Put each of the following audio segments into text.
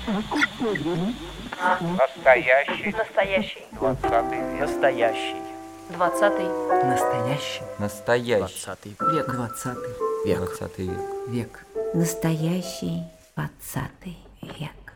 Настоящий. Настоящий. 20 век. Настоящий. 20-й. Настоящий. Настоящий. 20 век. 20 век. 20 век. Век. Настоящий 20 век.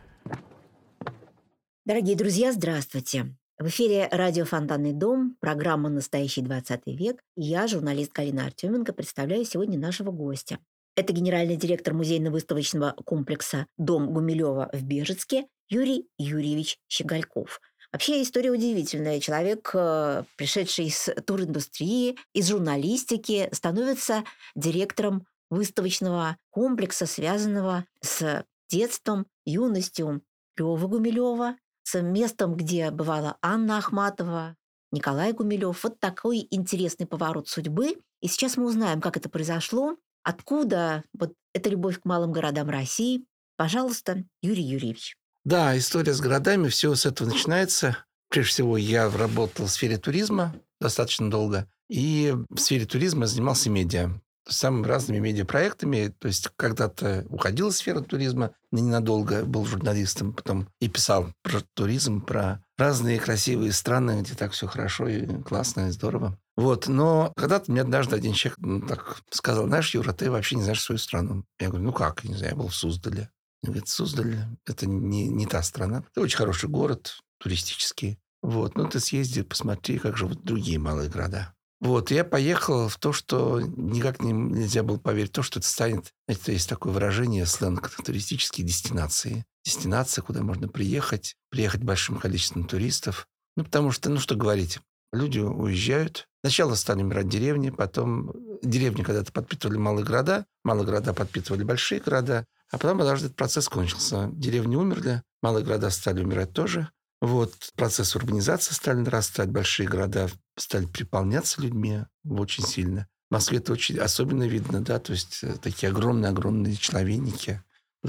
Дорогие друзья, здравствуйте. В эфире радио «Фонтанный дом», программа «Настоящий 20 век». И я, журналист Галина Артеменко, представляю сегодня нашего гостя. Это генеральный директор музейно-выставочного комплекса «Дом Гумилева» в Бежецке Юрий Юрьевич Щегольков. Вообще история удивительная. Человек, пришедший из туриндустрии, из журналистики, становится директором выставочного комплекса, связанного с детством, юностью Лёвы Гумилева, с местом, где бывала Анна Ахматова, Николай Гумилев. Вот такой интересный поворот судьбы. И сейчас мы узнаем, как это произошло, откуда вот эта любовь к малым городам России. Пожалуйста, Юрий Юрьевич. Да, история с городами, все с этого начинается. Прежде всего, я работал в сфере туризма достаточно долго. И в сфере туризма занимался медиа. Самыми разными медиапроектами. То есть когда-то уходил из сферы туризма, ненадолго был журналистом, потом и писал про туризм, про разные красивые страны, где так все хорошо и классно, и здорово. Вот. Но когда-то мне однажды один человек так сказал: знаешь, Юра, ты вообще не знаешь свою страну. Я говорю: ну как, я не знаю, я был в Суздале. Он говорит: Суздаль – это не та страна. Это очень хороший город, туристический. Вот. Ну, ты съезди, посмотри, как живут другие малые города. Вот. Я поехал в то, что никак нельзя было поверить, в то, что это станет, знаете, есть такое выражение, сленг, туристические дестинации. Дестинация, куда можно приехать большим количеством туристов. Ну, потому что, ну, что говорить, люди уезжают. Сначала стали умирать деревни, потом деревни когда-то подпитывали малые города подпитывали большие города, а потом однажды этот процесс кончился. Деревни умерли, малые города стали умирать тоже. Вот, процесс урбанизации стали нарастать, большие города стали переполняться людьми очень сильно. В Москве это очень особенно видно, да, то есть такие огромные человейники,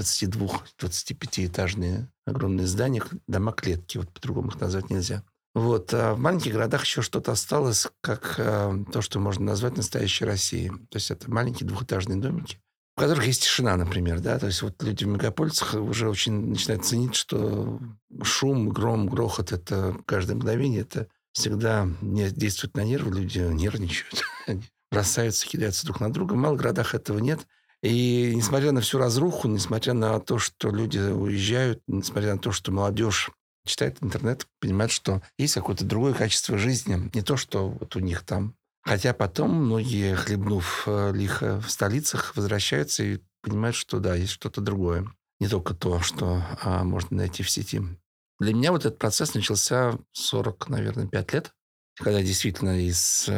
22-25-этажные огромные здания, дома-клетки, вот по-другому их назвать нельзя. Вот, а в маленьких городах еще что-то осталось, как то, что можно назвать настоящей Россией. То есть это маленькие двухэтажные домики, в которых есть тишина, например, да, то есть вот люди в мегаполисах уже очень начинают ценить, что шум, гром, грохот, это каждое мгновение, это всегда не действует на нервы, люди нервничают, бросаются, кидаются друг на друга. В малых городах этого нет. И несмотря на всю разруху, несмотря на то, что люди уезжают, несмотря на то, что молодежь читает интернет, понимает, что есть какое-то другое качество жизни, не то, что вот у них там. Хотя потом многие, хлебнув лихо в столицах, возвращаются и понимают, что да, есть что-то другое. Не только то, что можно найти в сети. Для меня вот этот процесс начался 40, наверное, 5 лет, когда действительно у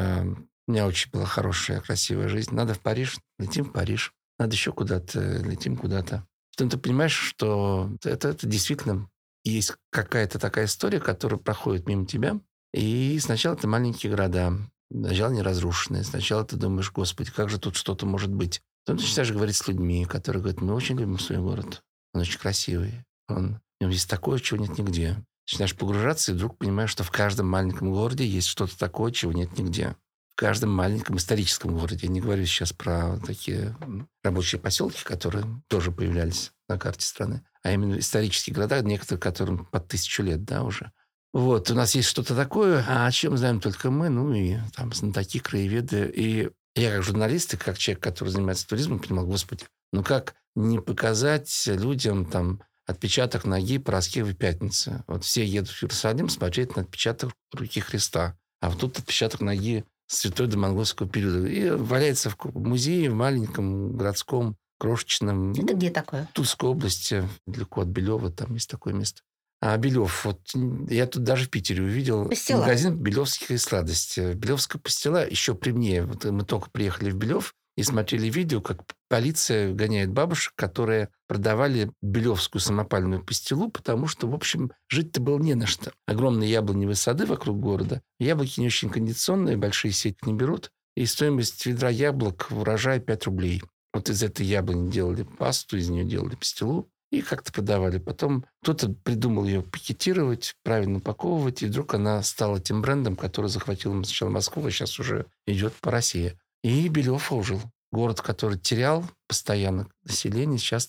меня очень была хорошая, красивая жизнь. Надо в Париж, летим в Париж. Надо еще куда-то, летим куда-то. Потом ты понимаешь, что это действительно есть какая-то такая история, которая проходит мимо тебя. И сначала это маленькие города. Сначала не разрушенные. Сначала ты думаешь: господи, как же тут что-то может быть. Потом ты начинаешь говорить с людьми, которые говорят: мы очень любим свой город. Он очень красивый. В нем есть такое, чего нет нигде. Начинаешь погружаться, и вдруг понимаешь, что в каждом маленьком городе есть что-то такое, чего нет нигде. В каждом маленьком историческом городе. Я не говорю сейчас про такие рабочие поселки, которые тоже появлялись на карте страны, а именно исторические города, некоторые которым под 1000 лет, да, уже. Вот, у нас есть что-то такое, о чем знаем только мы, ну и там знатоки, краеведы. И я как журналист, и как человек, который занимается туризмом, понимал: господи, ну как не показать людям там отпечаток ноги Параскевой Пятницы? Вот все едут в Иерусалим смотреть на отпечаток руки Христа, а вот тут отпечаток ноги святой домонгольского периода. И валяется в музее в маленьком городском крошечном. Это где такое? Тульской области, далеко от Белева, там есть такое место. А Белев, вот я тут даже в Питере увидел Пастила. Магазин белевских сладостей. Белевская пастила еще при мне. Вот мы только приехали в Белев и смотрели видео, как полиция гоняет бабушек, которые продавали белевскую самопальную пастилу, потому что, в общем, жить-то было не на что. Огромные яблоневые сады вокруг города. Яблоки не очень кондиционные, большие сети не берут. И стоимость ведра яблок в урожае 5 рублей. Вот из этой яблони делали пасту, из нее делали пастилу. И как-то продавали. Потом кто-то придумал ее пакетировать, правильно упаковывать, и вдруг она стала тем брендом, который захватил сначала Москву, а сейчас уже идет по России. И Белев ожил. Город, который терял постоянно население, сейчас там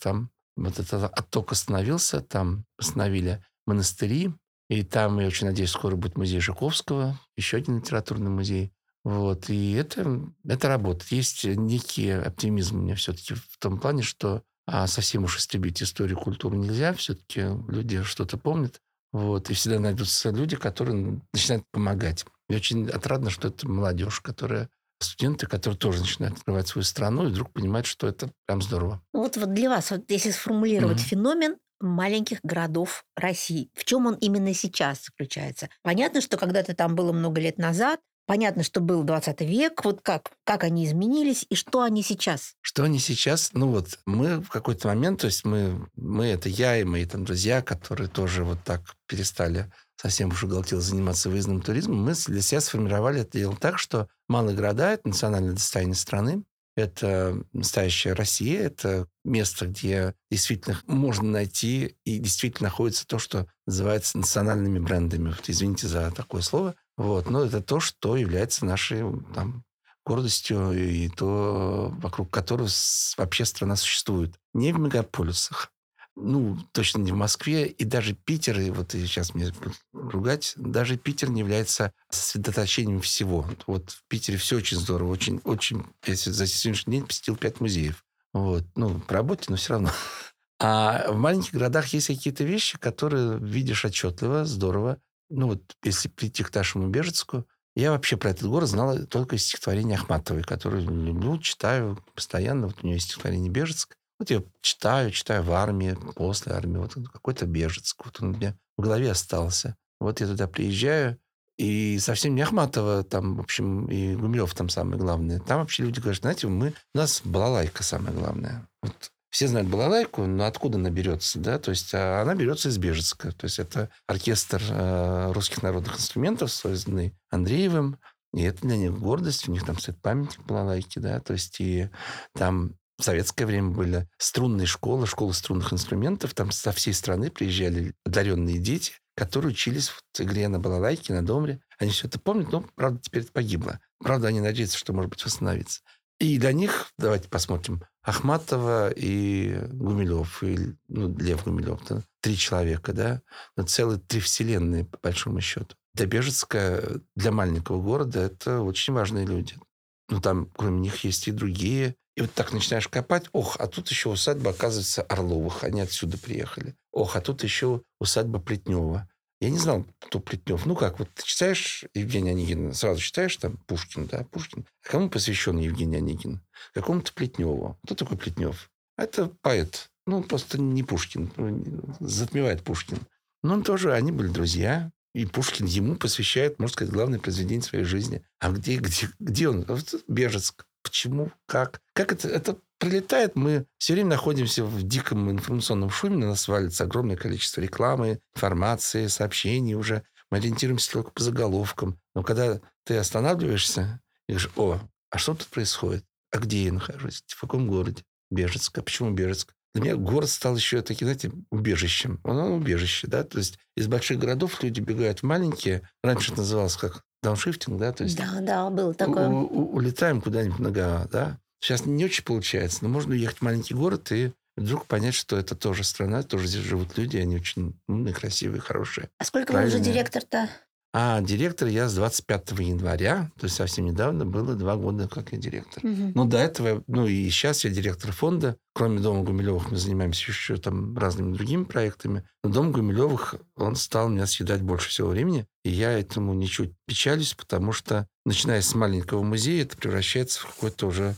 вот этот отток остановился, там восстановили монастыри, и там, я очень надеюсь, скоро будет музей Жуковского, еще один литературный музей. Вот, и это работает. Есть некий оптимизм у меня все-таки в том плане, что совсем уж истребить историю, культуру нельзя. Все-таки люди что-то помнят. Вот, и всегда найдутся люди, которые начинают помогать. И очень отрадно, что это молодежь, студенты, которые тоже начинают открывать свою страну и вдруг понимают, что это прям здорово. Вот для вас, вот если сформулировать феномен маленьких городов России, в чем он именно сейчас заключается? Понятно, что когда-то там было много лет назад, понятно, что был 20 век, вот как они изменились и что они сейчас? Что они сейчас? Ну вот, мы в какой-то момент, то есть мы это я и мои там друзья, которые тоже вот так перестали совсем уж оголтело заниматься выездным туризмом, мы для себя сформировали это дело так, что малые города – это национальное достояние страны, это настоящая Россия, это место, где действительно можно найти и действительно находится то, что называется национальными брендами. Вот, извините за такое слово. Вот, но это то, что является нашей там, гордостью и то, вокруг которого вообще страна существует. Не в мегаполисах, точно не в Москве, и даже Питер, и вот и сейчас мне ругать, даже Питер не является сосредоточением всего. Вот в Питере все очень здорово, очень, очень. Я за сегодняшний день посетил 5 музеев. Вот, по работе, но все равно. А в маленьких городах есть какие-то вещи, которые видишь отчетливо, здорово. Если прийти к нашему Бежецку, я вообще про этот город знал только из стихотворения Ахматовой, которую люблю, читаю постоянно. Вот у нее есть стихотворение «Бежецк». Вот я читаю в армии, после армии. Вот какой-то Бежецк. Вот он у меня в голове остался. Вот я туда приезжаю, и совсем не Ахматова там, в общем, и Гумилев там самое главное. Там вообще люди говорят, знаете, у нас балалайка самое главное. Вот. Все знают балалайку, но откуда она берется, да? То есть она берется из Бежецка. То есть это оркестр русских народных инструментов, созданный Андреевым. И это для них гордость. У них там стоит памятник балалайки, да? То есть и там в советское время были струнные школы струнных инструментов. Там со всей страны приезжали одаренные дети, которые учились в игре на балалайке, на домре. Они все это помнят, но, правда, теперь это погибло. Правда, они надеются, что, может быть, восстановится. И для них, давайте посмотрим, Ахматова и Гумилев, и, Лев Гумилев, 3 человека, да, целые 3 вселенные, по большому счету. Для Бежецка, для маленького города, это очень важные люди. Там, кроме них, есть и другие. И вот так начинаешь копать. А тут еще усадьба, оказывается, Орловых. Они отсюда приехали. А тут еще усадьба Плетнева. Я не знал, кто Плетнев. Вот ты читаешь Евгения Онегина, сразу читаешь там Пушкин, да, Пушкин. А кому посвящен Евгений Онегин? Какому-то Плетневу. Кто такой Плетнев? Это поэт. Просто не Пушкин. Затмевает Пушкин. Но он тоже, они были друзья. И Пушкин ему посвящает, можно сказать, главное произведение своей жизни. А где он? Бежецк. Почему? Как? Как это прилетает? Мы все время находимся в диком информационном шуме. На нас валится огромное количество рекламы, информации, сообщений уже. Мы ориентируемся только по заголовкам. Но когда ты останавливаешься и говоришь, а что тут происходит? А где я нахожусь? В каком городе? Бежецк. А почему Бежецк? Для меня город стал еще таким, знаете, убежищем. Он убежище, да? То есть из больших городов люди бегают в маленькие. Раньше это называлось как дауншифтинг, да? То есть да, было такое. Улетаем куда-нибудь много, да? Сейчас не очень получается, но можно уехать в маленький город и вдруг понять, что это тоже страна, тоже здесь живут люди, они очень умные, красивые, хорошие. А сколько вы уже директор-то? Директор я с 25 января, то есть совсем недавно, было 2 года, как я директор. До этого, и сейчас я директор фонда. Кроме Дома Гумилевых мы занимаемся еще там разными другими проектами. Но Дом Гумилевых, он стал меня съедать больше всего времени. И я этому ничуть печалюсь, потому что, начиная с маленького музея, это превращается в какое-то уже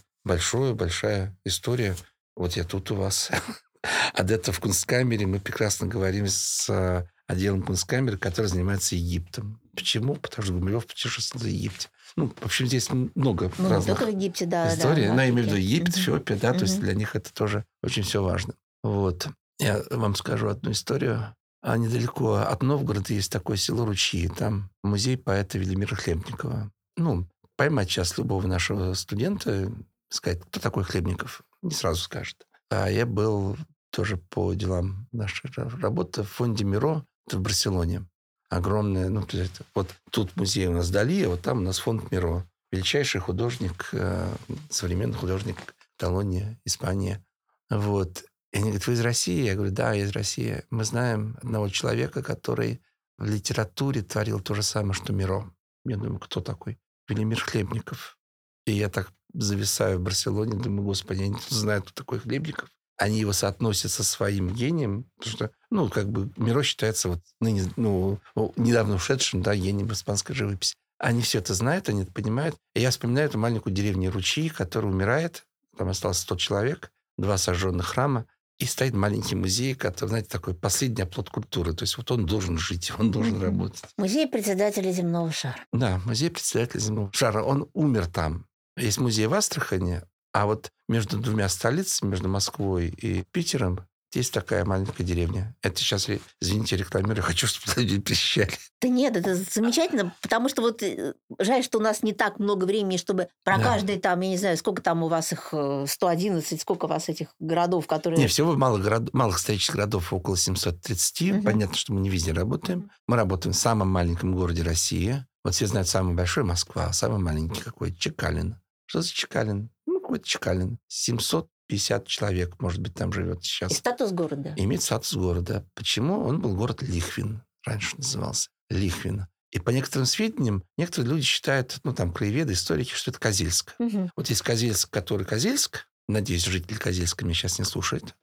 большая история. Вот я тут у вас. А где-то в Кунсткамере мы прекрасно говорим с отделом Кунсткамеры, который занимается Египтом. Почему? Потому что Гумилев путешествовал в Египте. В общем, здесь много разных не только в Египте, да. историй. Но я имею в виду Египет, Эфиопия, да, то есть для них это тоже очень все важно. Вот. Я вам скажу одну историю. Недалеко от Новгорода есть такое село Ручьи. Там музей поэта Велимира Хлебникова. Поймать сейчас любого нашего студента, сказать, кто такой Хлебников, не сразу скажет. А я был тоже по делам нашей работы в фонде Миро в Барселоне. Огромное, вот тут музей у нас Дали, а вот там у нас фонд Миро. Величайший художник, современный художник Каталонии, Испания. Вот. И они говорят, вы из России? Я говорю, да, я из России. Мы знаем одного человека, который в литературе творил то же самое, что Миро. Я думаю, кто такой? Велимир Хлебников. И я так зависаю в Барселоне, думаю, господи, они тут знают, кто такой Хлебников. Они его соотносят со своим гением, потому что, Миро считается ныне, недавно ушедшим, гением испанской живописи. Они все это знают, они это понимают. И я вспоминаю эту маленькую деревню Ручьи, которая умирает. Там осталось 100 человек, 2 сожженных храма. И стоит маленький музей, который, знаете, такой последний оплот культуры. То есть он должен жить, он должен работать. Музей председателя земного шара. Да, музей председателя земного шара. Он умер там. Есть музей в Астрахани, а вот между 2 столицами, между Москвой и Питером, есть такая маленькая деревня. Это сейчас, извините, рекламирую, хочу, чтобы люди приезжали. Да нет, это замечательно, потому что жаль, что у нас не так много времени, чтобы про каждый там, я не знаю, сколько там у вас их, 111, сколько у вас этих городов, которые... Не, всего малых исторических городов около 730. Понятно, что мы не везде работаем. Мы работаем в самом маленьком городе России. Вот все знают, самый большой Москва, а самый маленький какой? Чекалин. Что за Чекалин? Какой-то Чекалин. 750 человек, может быть, там живет сейчас. И статус города. Имеет статус города. Почему? Он был город Лихвин. Раньше назывался Лихвин. И по некоторым сведениям, некоторые люди считают, краеведы, историки, что это Козельск. Вот есть Козельск, который Козельск. Надеюсь, жители Козельска меня сейчас не слушают.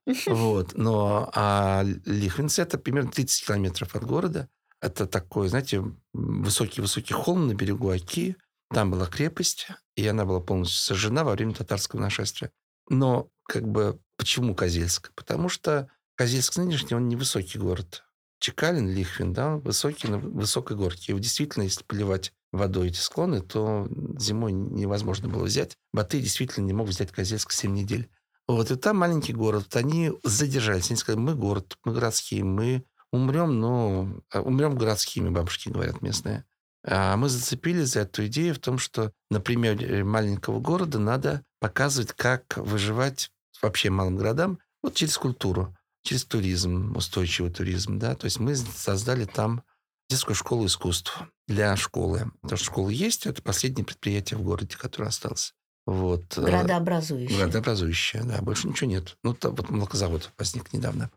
А Лихвинцы – это примерно 30 километров от города. Это такой, знаете, высокий-высокий холм на берегу Оки. Там была крепость, и она была полностью сожжена во время татарского нашествия. Но почему Козельск? Потому что Козельск нынешний, он невысокий город. Чекалин, Лихвин, высокий на высокой горке. И действительно, если поливать водой эти склоны, то зимой невозможно было взять. Батый действительно не мог взять Козельск 7 недель. И там маленький город. Они задержались. Они сказали, мы город, мы городские, мы умрем, но умрем городскими, бабушки говорят местные. А мы зацепились за эту идею в том, что на примере маленького города надо показывать, как выживать вообще малым городам через культуру, через туризм, устойчивый туризм. То есть мы создали там детскую школу искусств для школы. Потому что школа есть, это последнее предприятие в городе, которое осталось. Градообразующее. Градообразующее, больше ничего нет. Там молокозавод возник недавно.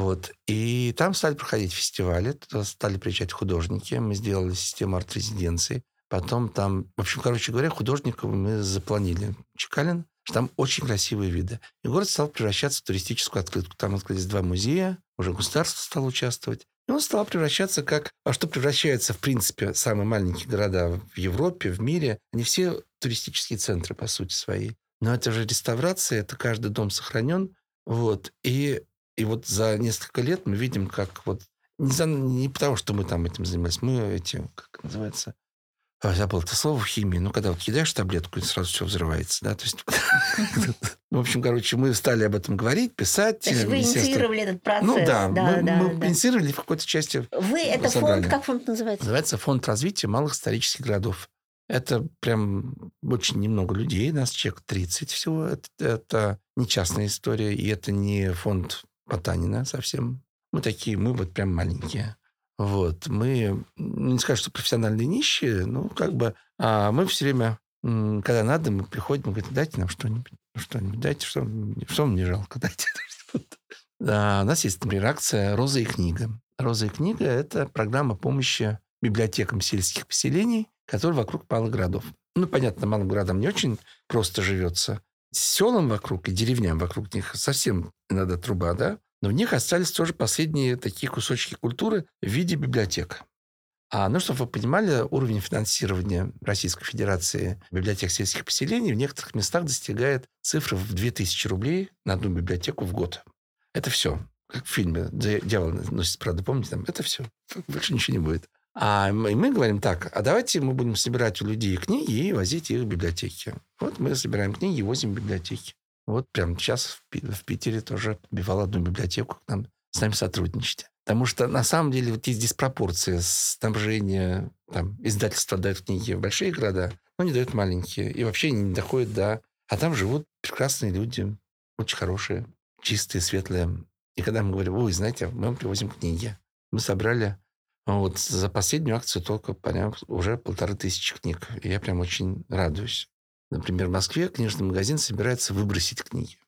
И там стали проходить фестивали, туда стали приезжать художники, мы сделали систему арт-резиденции. Потом там, художников мы запланили Чекалин, что там очень красивые виды. И город стал превращаться в туристическую открытку. Там открылись 2 музея, уже государство стало участвовать. И он стал превращаться что превращается, в принципе, самые маленькие города в Европе, в мире. Они все туристические центры, по сути, свои. Но это же реставрация, это каждый дом сохранен. И за несколько лет мы видим, как не потому, что мы там этим занимались, мы как называется, забыл это слово в химии, когда кидаешь таблетку, и сразу все взрывается, то есть... В общем, мы стали об этом говорить, писать. То есть вы инициировали этот процесс. Мы инициировали в какой-то части. Это фонд, как фонд называется? Называется «Фонд развития малых исторических городов». Это прям очень немного людей, нас человек 30 всего. Это не частная история, и это не фонд Потанина совсем. Мы прям маленькие. Мы, не скажу, что профессиональные нищие, а мы все время, когда надо, мы приходим и говорим, дайте нам что-нибудь, дайте, что вам не жалко, дайте. У нас есть, например, акция «Роза и книга». «Роза и книга» – это программа помощи библиотекам сельских поселений, которые вокруг малых городов. Понятно, малым городам не очень просто живется. Селам вокруг и деревням вокруг них совсем иногда труба, но в них остались тоже последние такие кусочки культуры в виде библиотек. Чтобы вы понимали, уровень финансирования Российской Федерации библиотек сельских поселений в некоторых местах достигает цифры в 2000 рублей на одну библиотеку в год. Это все. Как в фильме «Дьявол носит Прада», помните? Там это все. Больше ничего не будет. И мы говорим так, давайте мы будем собирать у людей книги и возить их в библиотеки. Мы собираем книги и возим в библиотеки. Прямо сейчас в Питере тоже побивал одну библиотеку, с нами сотрудничать. Потому что на самом деле есть диспропорция снабжения. Издательства дают книги в большие города, но не дают маленькие. И вообще не доходят до... А там живут прекрасные люди, очень хорошие, чистые, светлые. И когда мы говорим, знаете, мы вам привозим книги. Мы собрали... за последнюю акцию только уже 1500 книг. И я прям очень радуюсь. Например, в Москве книжный магазин собирается выбросить книги.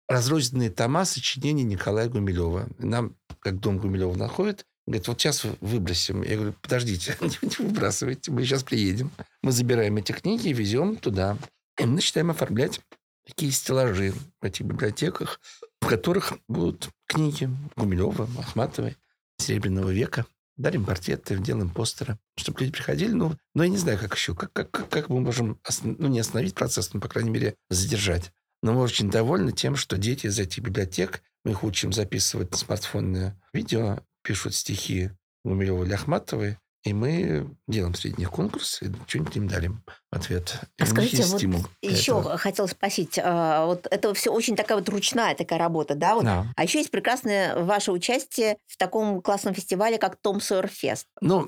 разрозненные тома сочинений Николая Гумилева. Нам, как дом Гумилева находит, говорит, вот сейчас выбросим. Я говорю, подождите, не выбрасывайте, мы сейчас приедем. Мы забираем эти книги и везем туда. И мы начинаем оформлять такие стеллажи в этих библиотеках, в которых будут книги Гумилева, Ахматовой, Серебряного века. Дарим портреты, делаем постеры, чтобы люди приходили. Ну, я не знаю, как еще. Как мы можем не остановить процесс, но, по крайней мере, задержать. Но мы очень довольны тем, что дети из этих библиотек, мы их учим записывать на смартфонное видео, пишут стихи Гумилева или Ахматовой, и мы делаем среди них конкурс и что-нибудь им дарим в ответ. И А скажите, вот еще этого. хотела спросить, вот это все очень такая вот ручная такая работа, да? Вот. Да. А еще есть прекрасное ваше участие в таком классном фестивале, как Том Сойер Фест.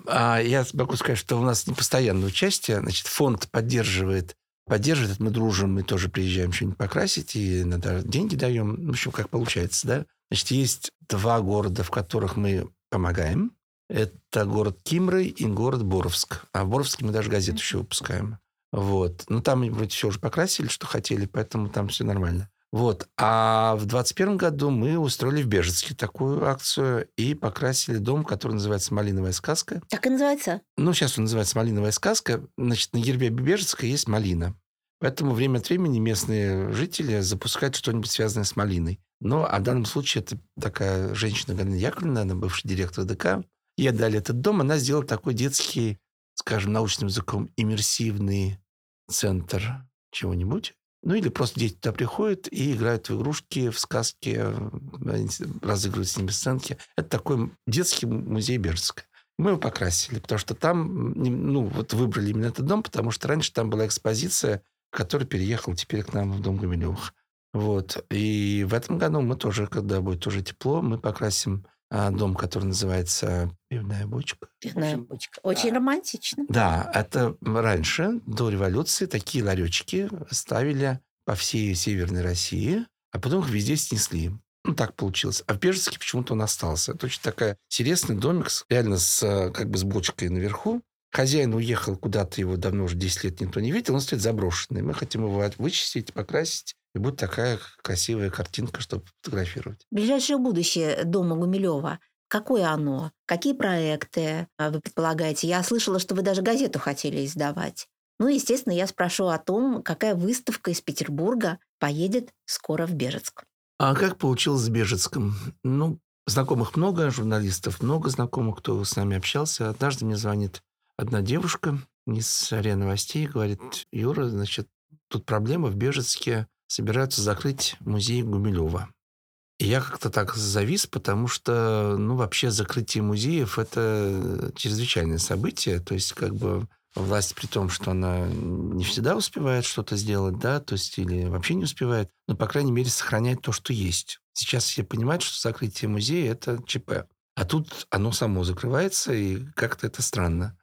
Я могу сказать, что у нас не постоянное участие. Значит, фонд поддерживает, мы дружим, мы тоже приезжаем что-нибудь покрасить, и иногда деньги даем. В общем, как получается, да? Значит, есть 2 города, в которых мы помогаем. Это город Кимры и город Боровск. А в Боровске мы даже газету еще выпускаем. Вот. Там вроде все уже покрасили, что хотели, поэтому там все нормально. Вот. А в 2021 году мы устроили в Бежецке такую акцию и покрасили дом, который называется «Малиновая сказка». Так и называется? Сейчас он называется «Малиновая сказка». Значит, на гербе Бежецка есть малина. Поэтому время от времени местные жители запускают что-нибудь связанное с малиной. А в данном случае это такая женщина, Галина Яковлевна, она бывший директор ДК. Ей отдали этот дом, она сделала такой детский, скажем, научным языком, иммерсивный центр чего-нибудь. Или просто дети туда приходят и играют в игрушки, в сказки, разыгрывают с ними сценки. Это такой детский музей Бежецка. Мы его покрасили, потому что там, выбрали именно этот дом, потому что раньше там была экспозиция, которая переехала теперь к нам в дом Гумилевых. Вот. И в этом году мы тоже, когда будет уже тепло, мы покрасим дом, который называется «Пивная бочка». «Пивная бочка». Очень романтично. Да, это раньше, до революции, такие ларечки ставили по всей Северной России, а потом их везде снесли. Так получилось. А в Бежецке почему-то он остался. Это очень такой интересный домик, реально с бочкой наверху. Хозяин уехал куда-то, его давно уже 10 лет никто не видел, он стоит заброшенный. Мы хотим его вычистить, покрасить, и будет такая красивая картинка, чтобы фотографировать. Ближайшее будущее дома Гумилева. Какое оно? Какие проекты вы предполагаете? Я слышала, что вы даже газету хотели издавать. Естественно, я спрошу о том, какая выставка из Петербурга поедет скоро в Бежецк. А как получилось с Бежецком? Знакомых много, журналистов много знакомых, кто с нами общался. Однажды мне звонит одна девушка из РИА Новостей, говорит: Юра, значит, тут проблема в Бежецке, собираются закрыть музей Гумилева. И я как-то так завис, потому что, вообще закрытие музеев – это чрезвычайное событие. То есть, власть, при том, что она не всегда успевает что-то сделать, да, то есть, или вообще не успевает, но, по крайней мере, сохраняет то, что есть. Сейчас все понимают, что закрытие музея – это ЧП. А тут оно само закрывается, и как-то это странно.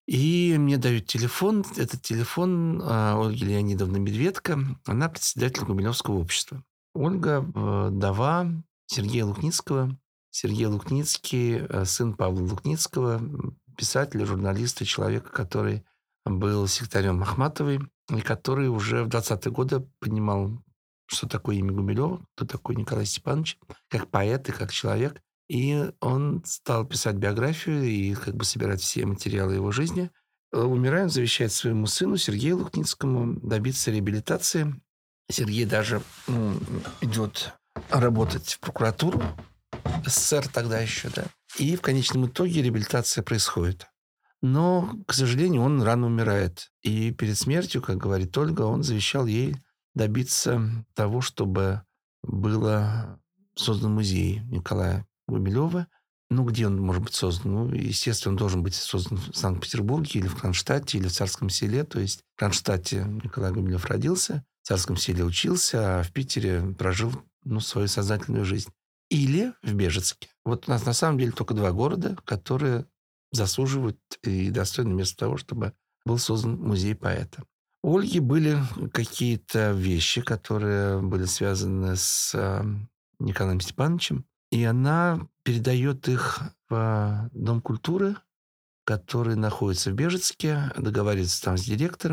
И мне дают телефон. Этот телефон Ольги Леонидовны Медведко. Она председатель Гумилевского общества. Ольга – вдова Сергея Лукницкого. Сергей Лукницкий – сын Павла Лукницкого, писателя, журналиста, человека, который был секретарем Ахматовой, и который уже в 20-е годы понимал, что такое имя Гумилева, кто такой Николай Степанович, как поэт и как человек. И он стал писать биографию и собирать все материалы его жизни. Умирая, он завещает своему сыну Сергею Лукницкому добиться реабилитации. Сергей даже идет работать в прокуратуру СССР тогда еще, да. И в конечном итоге реабилитация происходит. Но, к сожалению, он рано умирает. И перед смертью, как говорит Ольга, он завещал ей добиться того, чтобы был создан музей Николая Гумилева. Где он может быть создан? Естественно, он должен быть создан в Санкт-Петербурге или в Кронштадте, или в Царском Селе. То есть в Кронштадте Николай Гумилев родился, в Царском Селе учился, а в Питере прожил свою сознательную жизнь. Или в Бежецке. Вот у нас на самом деле только 2 города, которые заслуживают и достойны вместо того, чтобы был создан музей поэта. У Ольги были какие-то вещи, которые были связаны с Николаем Степановичем, и она передает их в Дом культуры, который находится в Бежецке, договаривается там с директором.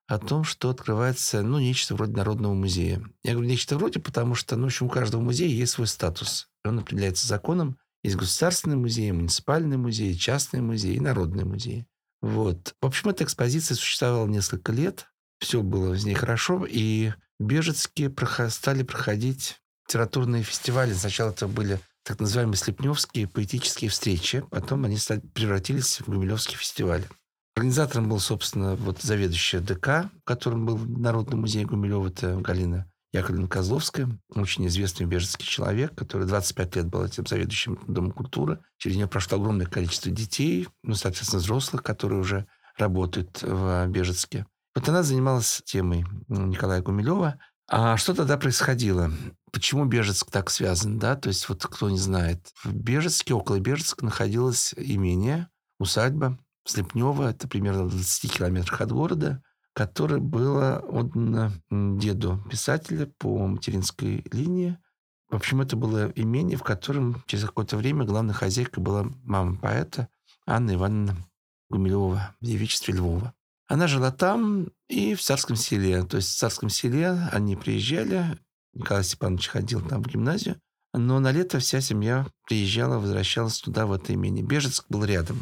о том, что открывается, нечто вроде Народного музея. Я говорю нечто вроде, потому что, в общем, у каждого музея есть свой статус. Он определяется законом. Есть государственный музей, муниципальный музей, частный музей и народный музей. Вот. В общем, эта экспозиция существовала несколько лет. Все было в ней хорошо. И в Бежецке стали проходить литературные фестивали. Сначала это были так называемые слепневские поэтические встречи. Потом они превратились в гумилевские фестивали. Организатором был, собственно, заведующая ДК, в котором был Народный музей Гумилева, это Галина Яковлевна Козловская, очень известный бежецкий человек, который 25 лет был этим заведующим Домом культуры. Через нее прошло огромное количество детей, соответственно, взрослых, которые уже работают в Бежецке. Вот она занималась темой Николая Гумилева. А что тогда происходило? Почему Бежецк так связан? Да? То есть, кто не знает, в Бежецке, около Бежецка находилось имение, усадьба Слепнева, это примерно в 20 километрах от города, которое было отдано деду писателя по материнской линии. В общем, это было имение, в котором через какое-то время главной хозяйкой была мама поэта Анна Ивановна Гумилева в девичестве Львова. Она жила там и в Царском селе. То есть в Царском селе они приезжали, Николай Степанович ходил там в гимназию, но на лето вся семья приезжала, возвращалась туда, в это имение. Бежецк был рядом.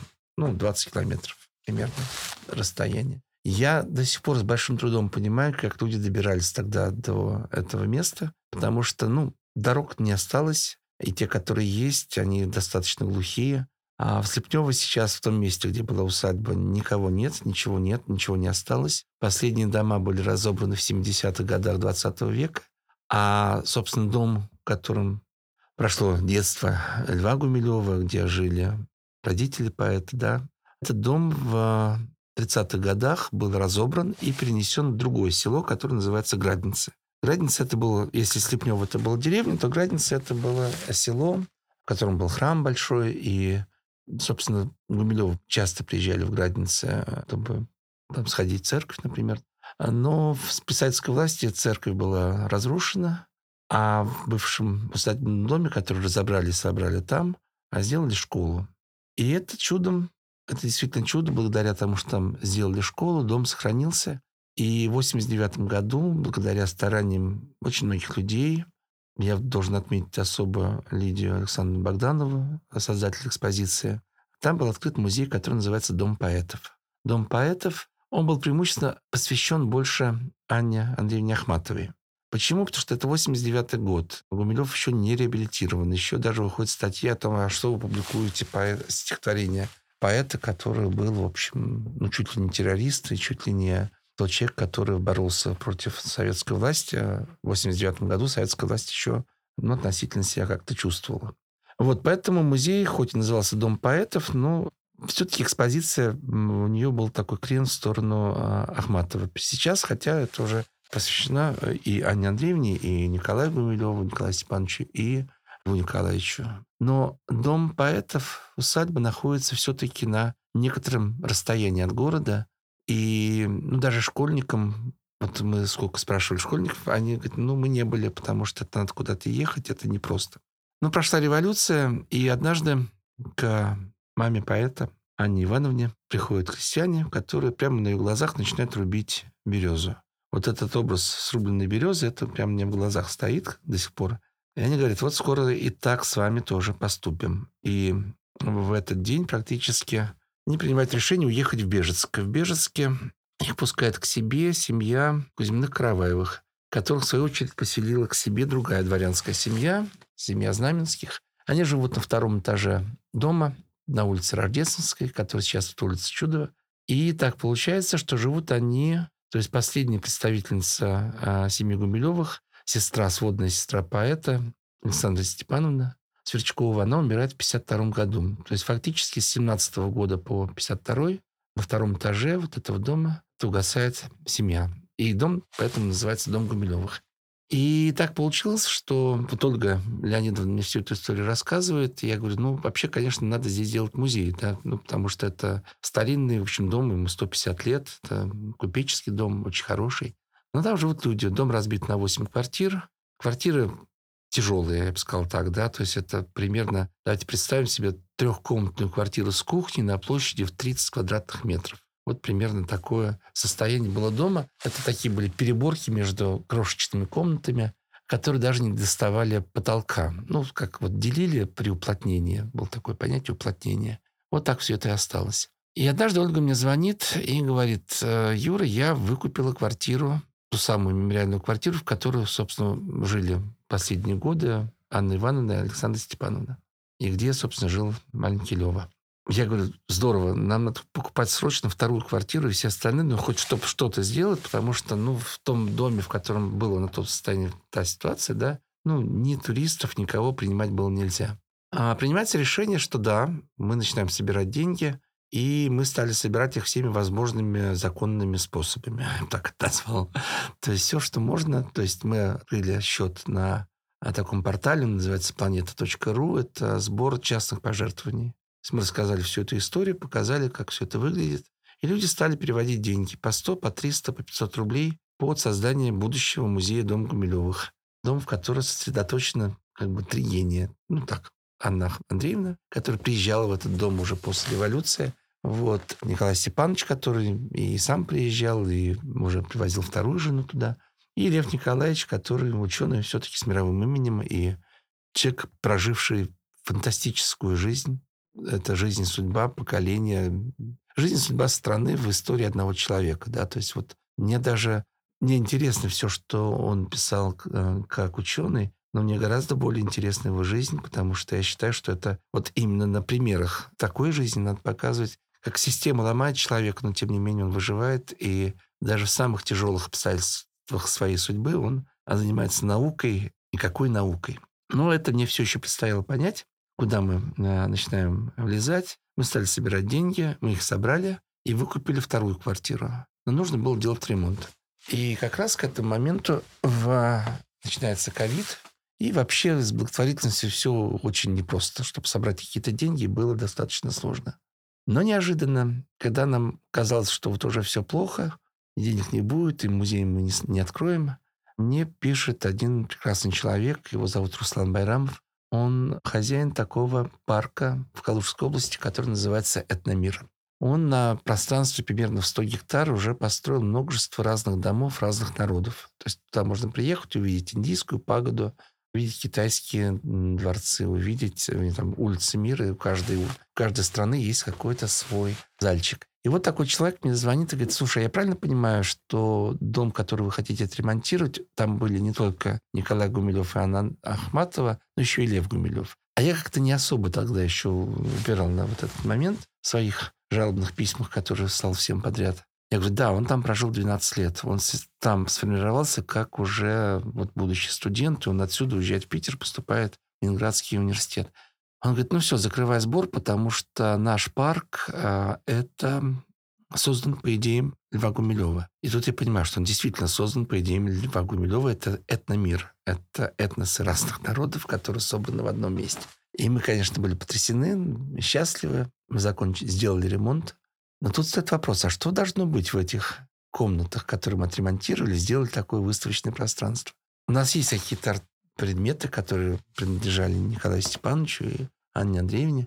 20 километров примерно расстояние. Я до сих пор с большим трудом понимаю, как люди добирались тогда до этого места, потому что, дорог не осталось, и те, которые есть, они достаточно глухие. А в Слепнево сейчас, в том месте, где была усадьба, никого нет, ничего не осталось. Последние дома были разобраны в 70-х годах 20 века, а, собственно, дом, в котором прошло детство Льва Гумилева, где жили родители поэта, да. Этот дом в 30-х годах был разобран и перенесен в другое село, которое называется Градница. Градница это было, если Слепнево это была деревня, то Градница это было село, в котором был храм большой, и, собственно, Гумилевы часто приезжали в Граднице, чтобы там сходить в церковь, например. Но при советской власти церковь была разрушена, а в бывшем усадебном доме, который разобрали и собрали там, сделали школу. И это действительно чудо, благодаря тому, что там сделали школу, дом сохранился. И в 1989 году, благодаря стараниям очень многих людей, я должен отметить особо Лидию Александровну Богданову, создатель экспозиции, там был открыт музей, который называется «Дом поэтов». «Дом поэтов», он был преимущественно посвящен больше Анне Андреевне Ахматовой. Почему? Потому что это 89-й год. Гумилев еще не реабилитирован. Еще даже выходит статья о том, что вы публикуете стихотворение поэта, который был, в общем, чуть ли не террорист и чуть ли не тот человек, который боролся против советской власти. В 89 году советская власть еще относительно себя как-то чувствовала. Поэтому музей, хоть и назывался «Дом поэтов», но все-таки экспозиция, у нее был такой крен в сторону Ахматовой. Сейчас, хотя это уже посвящена и Анне Андреевне, и Николаю Гумилеву, Николаю Степановичу, и Льву Николаевичу. Но дом поэтов, усадьба находится все-таки на некотором расстоянии от города. И даже школьникам, мы сколько спрашивали школьников, они говорят, мы не были, потому что это надо куда-то ехать, это непросто. Но прошла революция, и однажды к маме поэта Анне Ивановне приходят крестьяне, которые прямо на ее глазах начинают рубить березу. Этот образ срубленной березы, это прямо мне в глазах стоит до сих пор. И они говорят, скоро и так с вами тоже поступим. И в этот день практически они принимают решение уехать в Бежецк. В Бежецке их пускает к себе семья Кузьминых Караваевых, которых, в свою очередь, поселила к себе другая дворянская семья Знаменских. Они живут на 2-м этаже дома на улице Рождественской, которая сейчас улица Чудова. И так получается, что живут они... То есть последняя представительница семьи Гумилевых, сводная сестра поэта Александра Степановна Сверчкова, она умирает в 1952 году. То есть фактически с 1917 года по 1952 на 2-м этаже этого дома угасает семья. И дом поэтому называется «Дом Гумилевых». И так получилось, что Ольга Леонидовна мне всю эту историю рассказывает. И я говорю, вообще, конечно, надо здесь сделать музей, да? Потому что это старинный, в общем, дом, ему 150 лет. Это купеческий дом, очень хороший. Но там живут люди. Дом разбит на 8 квартир. Квартиры тяжелые, я бы сказал так, да? То есть это примерно, давайте представим себе 3-комнатную квартиру с кухней на площади в 30 квадратных метров. Вот примерно такое состояние было дома. Это такие были переборки между крошечными комнатами, которые даже не доставали потолка. Ну, как вот делили при уплотнении. Было такое понятие уплотнения. Вот так все это и осталось. И однажды Ольга мне звонит и говорит: Юра, я выкупила квартиру, ту самую мемориальную квартиру, в которой, собственно, жили последние годы Анна Ивановна и Александра Степановна. И где, собственно, жил маленький Лева. Я говорю: здорово, нам надо покупать срочно вторую квартиру и все остальные, ну, хоть чтобы что-то сделать, потому что, ну, в том доме, в котором было на том состоянии та ситуация, да, ну, ни туристов, никого принимать было нельзя. А принимается решение, что да, мы начинаем собирать деньги, и мы стали собирать их всеми возможными законными способами. Так это назвал. То есть все, что можно. То есть мы открыли счет на таком портале, он называется planeta.ru. Это сбор частных пожертвований. То есть мы рассказали всю эту историю, показали, как все это выглядит. И люди стали переводить деньги по 100, по 300, по 500 рублей под создание будущего музея Дома Гумилевых. Дом, в котором сосредоточено как бы три гения. Ну так, Анна Андреевна, которая приезжала в этот дом уже после революции. Вот Николай Степанович, который и сам приезжал, и уже привозил вторую жену туда. И Лев Николаевич, который ученый все-таки с мировым именем, и человек, проживший фантастическую жизнь. Это жизнь и судьба поколения, жизнь и судьба страны в истории одного человека. Да? То есть вот мне интересно все, что он писал как ученый, но мне гораздо более интересна его жизнь, потому что я считаю, что это вот именно на примерах такой жизни надо показывать, как система ломает человека, но тем не менее он выживает, и даже в самых тяжелых обстоятельствах своей судьбы он занимается наукой. И какой наукой? Но это мне все еще предстояло понять, куда мы начинаем влезать. Мы стали собирать деньги, мы их собрали и выкупили вторую квартиру. Но нужно было делать ремонт. И как раз к этому моменту начинается ковид. И вообще с благотворительностью все очень непросто. Чтобы собрать какие-то деньги, было достаточно сложно. Но неожиданно, когда нам казалось, что вот уже все плохо, денег не будет, и музей мы не откроем, мне пишет один прекрасный человек, его зовут Руслан Байрамов. Он хозяин такого парка в Калужской области, который называется «Этномир». Он на пространстве примерно в 100 гектар уже построил множество разных домов разных народов. То есть туда можно приехать, увидеть индийскую пагоду, увидеть китайские дворцы, увидеть там, улицы мира. И у каждой страны есть какой-то свой зальчик. И вот такой человек мне звонит и говорит: слушай, я правильно понимаю, что дом, который вы хотите отремонтировать, там были не только Николай Гумилев и Анна Ахматова, но еще и Лев Гумилев. А я как-то не особо тогда еще упирал на вот этот момент в своих жалобных письмах, которые слал всем подряд. Я говорю: да, он там прожил 12 лет. Он там сформировался как уже вот будущий студент, и он отсюда уезжает в Питер, поступает в Ленинградский университет. Он говорит: ну все, закрывай сбор, потому что наш парк это создан по идеям Льва Гумилева. И тут я понимаю, что он действительно создан по идеям Льва Гумилева. Это этномир. Это этносы разных народов, которые собраны в одном месте. И мы, конечно, были потрясены, счастливы. Мы сделали ремонт. Но тут стоит вопрос: а что должно быть в этих комнатах, которые мы отремонтировали, сделали такое выставочное пространство? У нас есть какие-то предметы, которые принадлежали Николаю Степановичу и Анне Андреевне,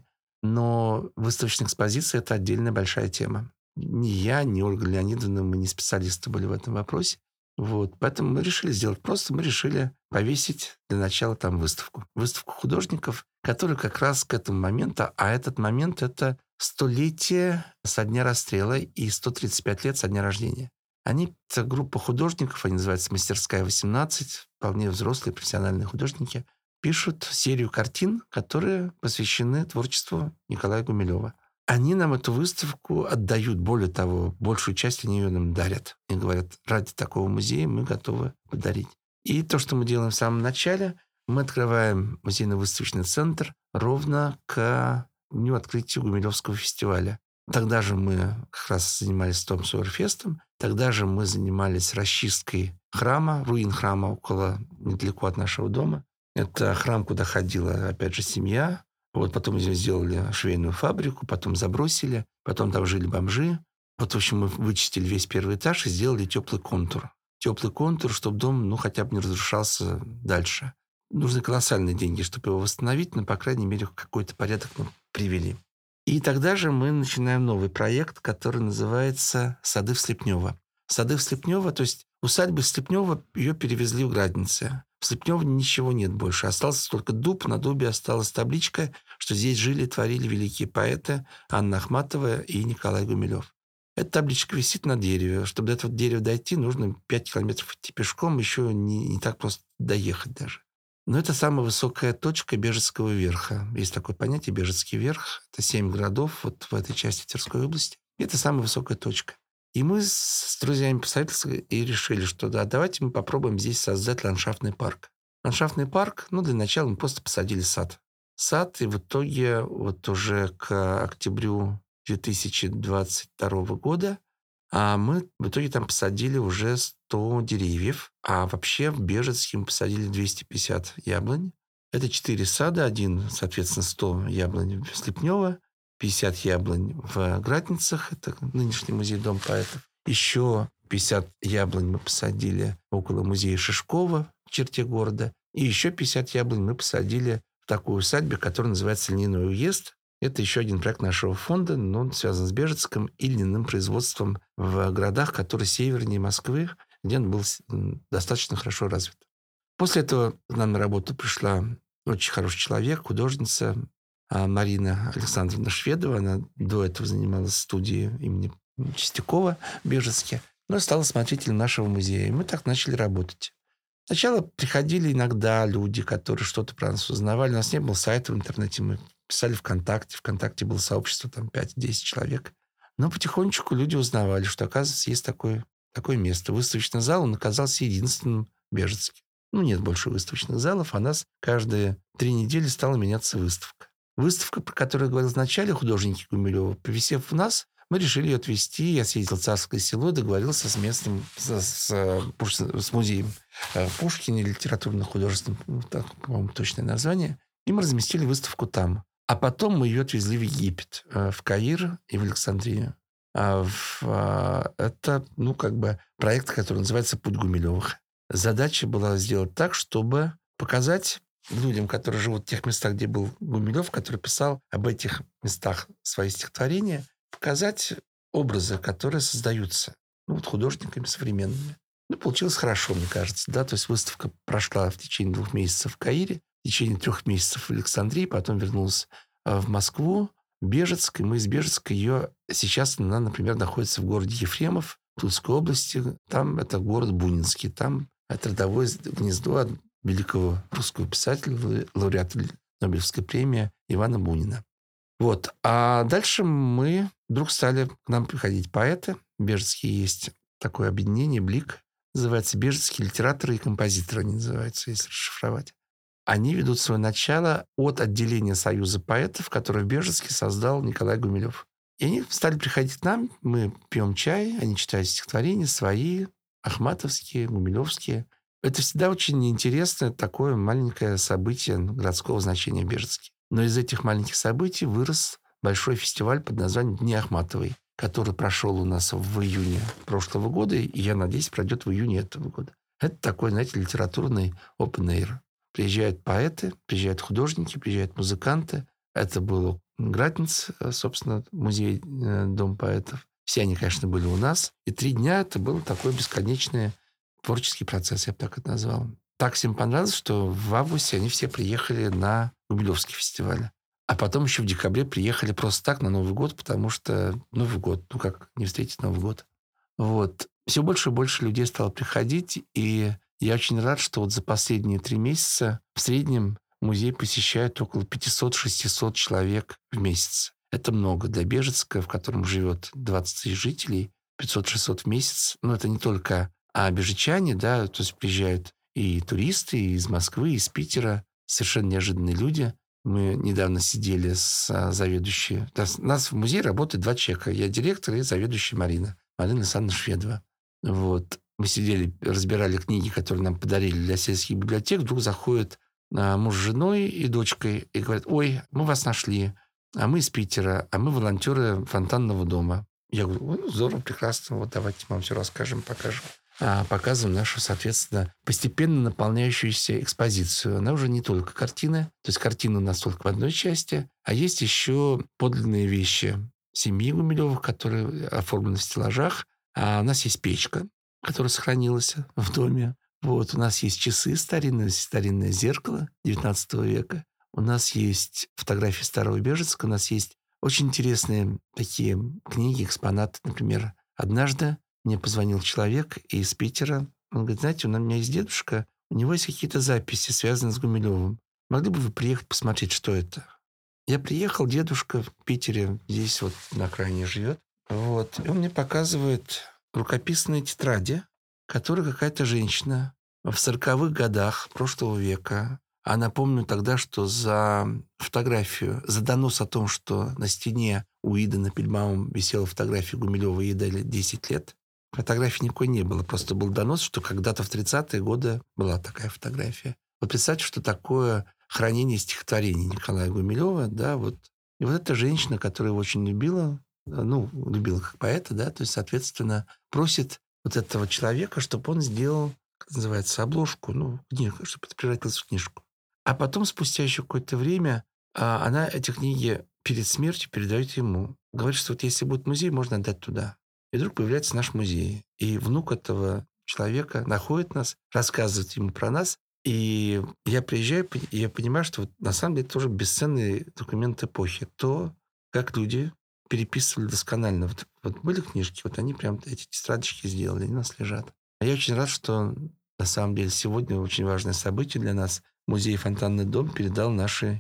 но выставочная экспозиция – это отдельная большая тема. Ни я, ни Ольга Леонидовна, мы не специалисты были в этом вопросе. Вот. Поэтому мы решили сделать просто, мы решили повесить для начала там выставку. Выставку художников, которые как раз к этому моменту, а этот момент – это 100-летие со дня расстрела и 135 лет со дня рождения. Это группа художников, они называются «Мастерская 18», вполне взрослые профессиональные художники, пишут серию картин, которые посвящены творчеству Николая Гумилева. Они нам эту выставку отдают, более того, большую часть они ее нам дарят. И говорят: ради такого музея мы готовы подарить. И то, что мы делаем в самом начале, мы открываем музейно-выставочный центр ровно к дню открытия Гумилевского фестиваля. Тогда же мы как раз занимались Том Сойер-фестом, тогда же мы занимались расчисткой храма, руин храма недалеко от нашего дома. Это храм, куда ходила, опять же, семья. Вот потом из него сделали швейную фабрику, потом забросили, потом там жили бомжи. Вот, в общем, мы вычистили весь первый этаж и сделали теплый контур. Теплый контур, чтобы дом, хотя бы не разрушался дальше. Нужны колоссальные деньги, чтобы его восстановить, но, по крайней мере, какой-то порядок мы привели. И тогда же мы начинаем новый проект, который называется «Сады в Слепнево». Сады в Слепнево, то есть усадьба Слепнева, ее перевезли в Граднице. В Слепнево ничего нет больше. Остался только дуб. На дубе осталась табличка, что здесь жили и творили великие поэты Анна Ахматова и Николай Гумилев. Эта табличка висит на дереве. Чтобы до этого дерева дойти, нужно 5 километров идти пешком. Еще не так просто доехать даже. Но это самая высокая точка Бежецкого верха. Есть такое понятие Бежецкий верх. Это 7 городов вот в этой части Тверской области. И это самая высокая точка. И мы с друзьями посоветовались и решили, что да, давайте мы попробуем здесь создать ландшафтный парк. Ландшафтный парк, для начала мы просто посадили сад. Сад, и в итоге вот уже к октябрю 2022 года мы в итоге там посадили уже 100 деревьев, а вообще в Бежецке мы посадили 250 яблонь. Это 4 сада, один, соответственно, 100 яблонь в Слепнево, 50 яблонь в Градницах, это нынешний музей-дом поэтов. Еще 50 яблонь мы посадили около музея Шишкова в черте города. И еще 50 яблонь мы посадили в такой усадьбе, которая называется «Льняной уезд». Это еще один проект нашего фонда, но он связан с Бежецком и льняным производством в городах, которые севернее Москвы, где он был достаточно хорошо развит. После этого к нам на работу пришла очень хороший человек, художница Марина Александровна Шведова. Она до этого занималась студией имени Чистякова в Бежецке, но стала смотрителем нашего музея. И мы так начали работать. Сначала приходили иногда люди, которые что-то про нас узнавали. У нас не было сайта в интернете, мы писали ВКонтакте. ВКонтакте было сообщество, там 5-10 человек. Но потихонечку люди узнавали, что, оказывается, есть такое место. Выставочный зал, он оказался единственным в Бежецке. Нет больше выставочных залов, а у нас каждые 3 недели стала меняться выставка. Выставка, про которую я говорил вначале, художники Гумилева, повисев у нас, мы решили ее отвезти. Я съездил в Царское село, договорился с местным, с музеем Пушкина, литературно-художественным, так, по-моему, точное название. И мы разместили выставку там. А потом мы ее отвезли в Египет, в Каир и в Александрию. Это, проект, который называется «Путь Гумилевых». Задача была сделать так, чтобы показать людям, которые живут в тех местах, где был Гумилев, который писал об этих местах свои стихотворения, показать образы, которые создаются художниками современными. Получилось хорошо, мне кажется. Да? То есть выставка прошла в течение 2 месяцев в Каире, в течение 3 месяцев в Александрии, потом вернулась в Москву, Бежецк, и мы из Бежецка ее... Сейчас она, например, находится в городе Ефремов, Тульской области. Там это город Бунинский. Там это родовое гнездо от великого русского писателя, лауреата Нобелевской премии Ивана Бунина. А дальше вдруг стали к нам приходить поэты. В Бежецке есть такое объединение «Блик». Называется «Бежецкие литераторы и композиторы», они называются, если расшифровать. Они ведут свое начало от отделения Союза поэтов, которое в Бежецке создал Николай Гумилев. И они стали приходить к нам, мы пьем чай, они читают стихотворения свои, ахматовские, гумилевские. Это всегда очень интересное такое маленькое событие городского значения в Бежецке. Но из этих маленьких событий вырос большой фестиваль под названием «Дни Ахматовой», который прошел у нас в июне прошлого года, и, я надеюсь, пройдет в июне этого года. Это такой, литературный open air. Приезжают поэты, приезжают художники, приезжают музыканты. Это было Градниц, собственно, музей, дом поэтов. Все они, конечно, были у нас. И 3 дня это был такой бесконечный творческий процесс, я бы так это назвал. Так всем понравилось, что в августе они все приехали на Гумилевский фестиваль. А потом еще в декабре приехали просто так на Новый год, потому что Новый год, как не встретить Новый год. Все больше и больше людей стало приходить, и я очень рад, что за последние 3 месяца в среднем музей посещает около 500-600 человек в месяц. Это много для Бежецка, в котором живет 20 тысяч жителей, 500-600 в месяц. Но это не только бежечане, да, то есть приезжают и туристы и из Москвы, и из Питера, совершенно неожиданные люди. Мы недавно сидели с заведующей... У нас в музее работает 2 человека. Я директор и заведующая Марина Александровна Шведова. Мы сидели, разбирали книги, которые нам подарили для сельских библиотек. Вдруг заходит муж с женой и дочкой и говорят: «Ой, мы вас нашли, а мы из Питера, а мы волонтеры фонтанного дома». Я говорю: «Здорово, прекрасно, давайте мы вам все расскажем, покажем». показываем нашу, соответственно, постепенно наполняющуюся экспозицию. Она уже не только картины, то есть картины у нас только в одной части, а есть еще подлинные вещи семьи Гумилевых, которые оформлены в стеллажах. А у нас есть печка, которая сохранилась в доме. Вот, у нас есть часы старинное зеркало XIX века. У нас есть фотографии Старого Бежецка, у нас есть очень интересные такие книги, экспонаты. Например, однажды мне позвонил человек из Питера. Он говорит, знаете, у меня есть дедушка, у него есть какие-то записи, связанные с Гумилевым. Могли бы вы приехать посмотреть, что это? Я приехал, дедушка в Питере, здесь вот на окраине живет. Вот, и он мне показывает рукописные тетради, которые какая-то женщина в 40-х годах прошлого века. А напомню тогда, что за фотографию, за донос о том, что на стене у Иды Напельбаум висела фотография Гумилева, ей дали 10 лет. Фотографии никакой не было, просто был донос, что когда-то в 30-е годы была такая фотография. Вот представьте, что такое хранение стихотворений Николая Гумилева, да, вот. И вот эта женщина, которая его очень любила, любила как поэта, да, то есть, соответственно, просит вот этого человека, чтобы он сделал, как называется, обложку, книгу, чтобы это превратилось в книжку. А потом, спустя еще какое-то время, она эти книги перед смертью передает ему. Говорит, что вот если будет музей, можно отдать туда. И вдруг появляется наш музей. И внук этого человека находит нас, рассказывает ему про нас. И я приезжаю, и я понимаю, что вот на самом деле это тоже бесценный документ эпохи. То, как люди переписывали досконально. Вот были книжки, вот они прям эти тетрадочки сделали, они у нас лежат. А я очень рад, что на самом деле сегодня очень важное событие для нас. Музей «Фонтанный дом» передал нашему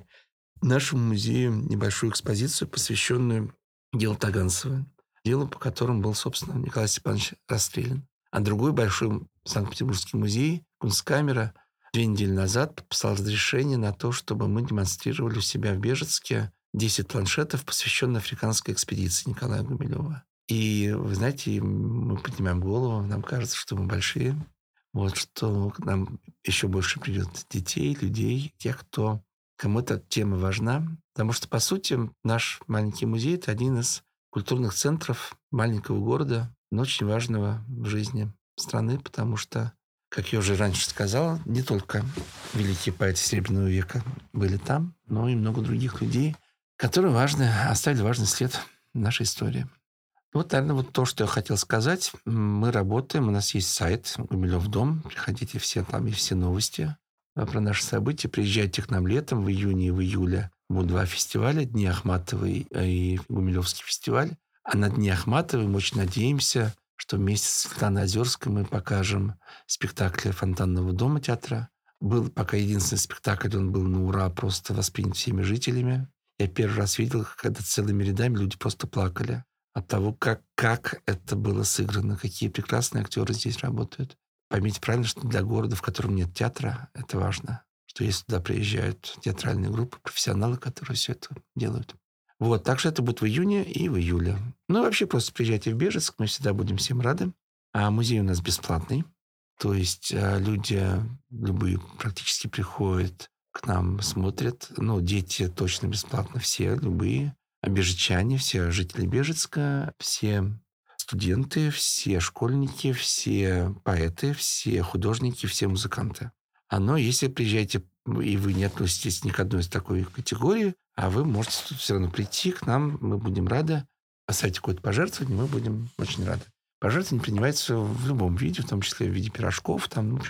музею небольшую экспозицию, посвященную делу Таганцева. Делу, по которому был, собственно, Николай Степанович расстрелян. А другой большой Санкт-Петербургский музей, Кунсткамера, 2 недели назад подписал разрешение на то, чтобы мы демонстрировали у себя в Бежецке 10 планшетов, посвященных африканской экспедиции Николая Гумилева. И, вы знаете, мы поднимаем голову, нам кажется, что мы большие, вот, что к нам еще больше придет детей, людей, тех, кому эта тема важна. Потому что, по сути, наш маленький музей – это один из культурных центров маленького города, но очень важного в жизни страны, потому что, как я уже раньше сказал, не только великие поэты Серебряного века были там, но и много других людей, которые оставили важный след в нашей истории. Вот, наверное, вот то, что я хотел сказать. Мы работаем, у нас есть сайт «Гумилев дом». Приходите, там есть все новости про наши события. Приезжайте к нам летом, в июне и в июле. Будут 2 фестиваля, Дни Ахматовой и Гумилевский фестиваль. А на Дни Ахматовой мы очень надеемся, что вместе с Светланой Озерской мы покажем спектакль Фонтанного дома театра. Был пока единственный спектакль, он был на ура, просто воспринят всеми жителями. Я первый раз видел, когда целыми рядами люди просто плакали от того, как это было сыграно, какие прекрасные актеры здесь работают. Поймите правильно, что для города, в котором нет театра, это важно, что если туда приезжают театральные группы, профессионалы, которые все это делают. Вот, так что это будет в июне и в июле. Вообще просто приезжайте в Бежецк, мы всегда будем всем рады. А музей у нас бесплатный, то есть люди любые практически приходят к нам, смотрят. Дети точно бесплатно, все, любые. Бежечане, все жители Бежецка, все студенты, все школьники, все поэты, все художники, все музыканты. Но если приезжаете и вы не относитесь ни к одной из такой категории, а вы можете тут все равно прийти к нам, мы будем рады. Оставьте какое-то пожертвование, мы будем очень рады. Пожертвование принимается в любом виде, в том числе в виде пирожков,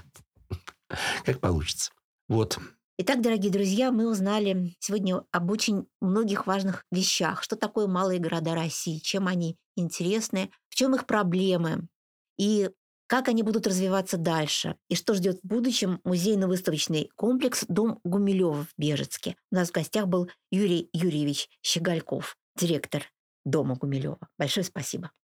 как получится. Вот. Итак, дорогие друзья, мы узнали сегодня об очень многих важных вещах. Что такое малые города России, чем они интересны, в чем их проблемы и как они будут развиваться дальше, и что ждет в будущем музейно-выставочный комплекс «Дом Гумилева» в Бежецке. У нас в гостях был Юрий Юрьевич Щегольков, директор Дома Гумилева. Большое спасибо.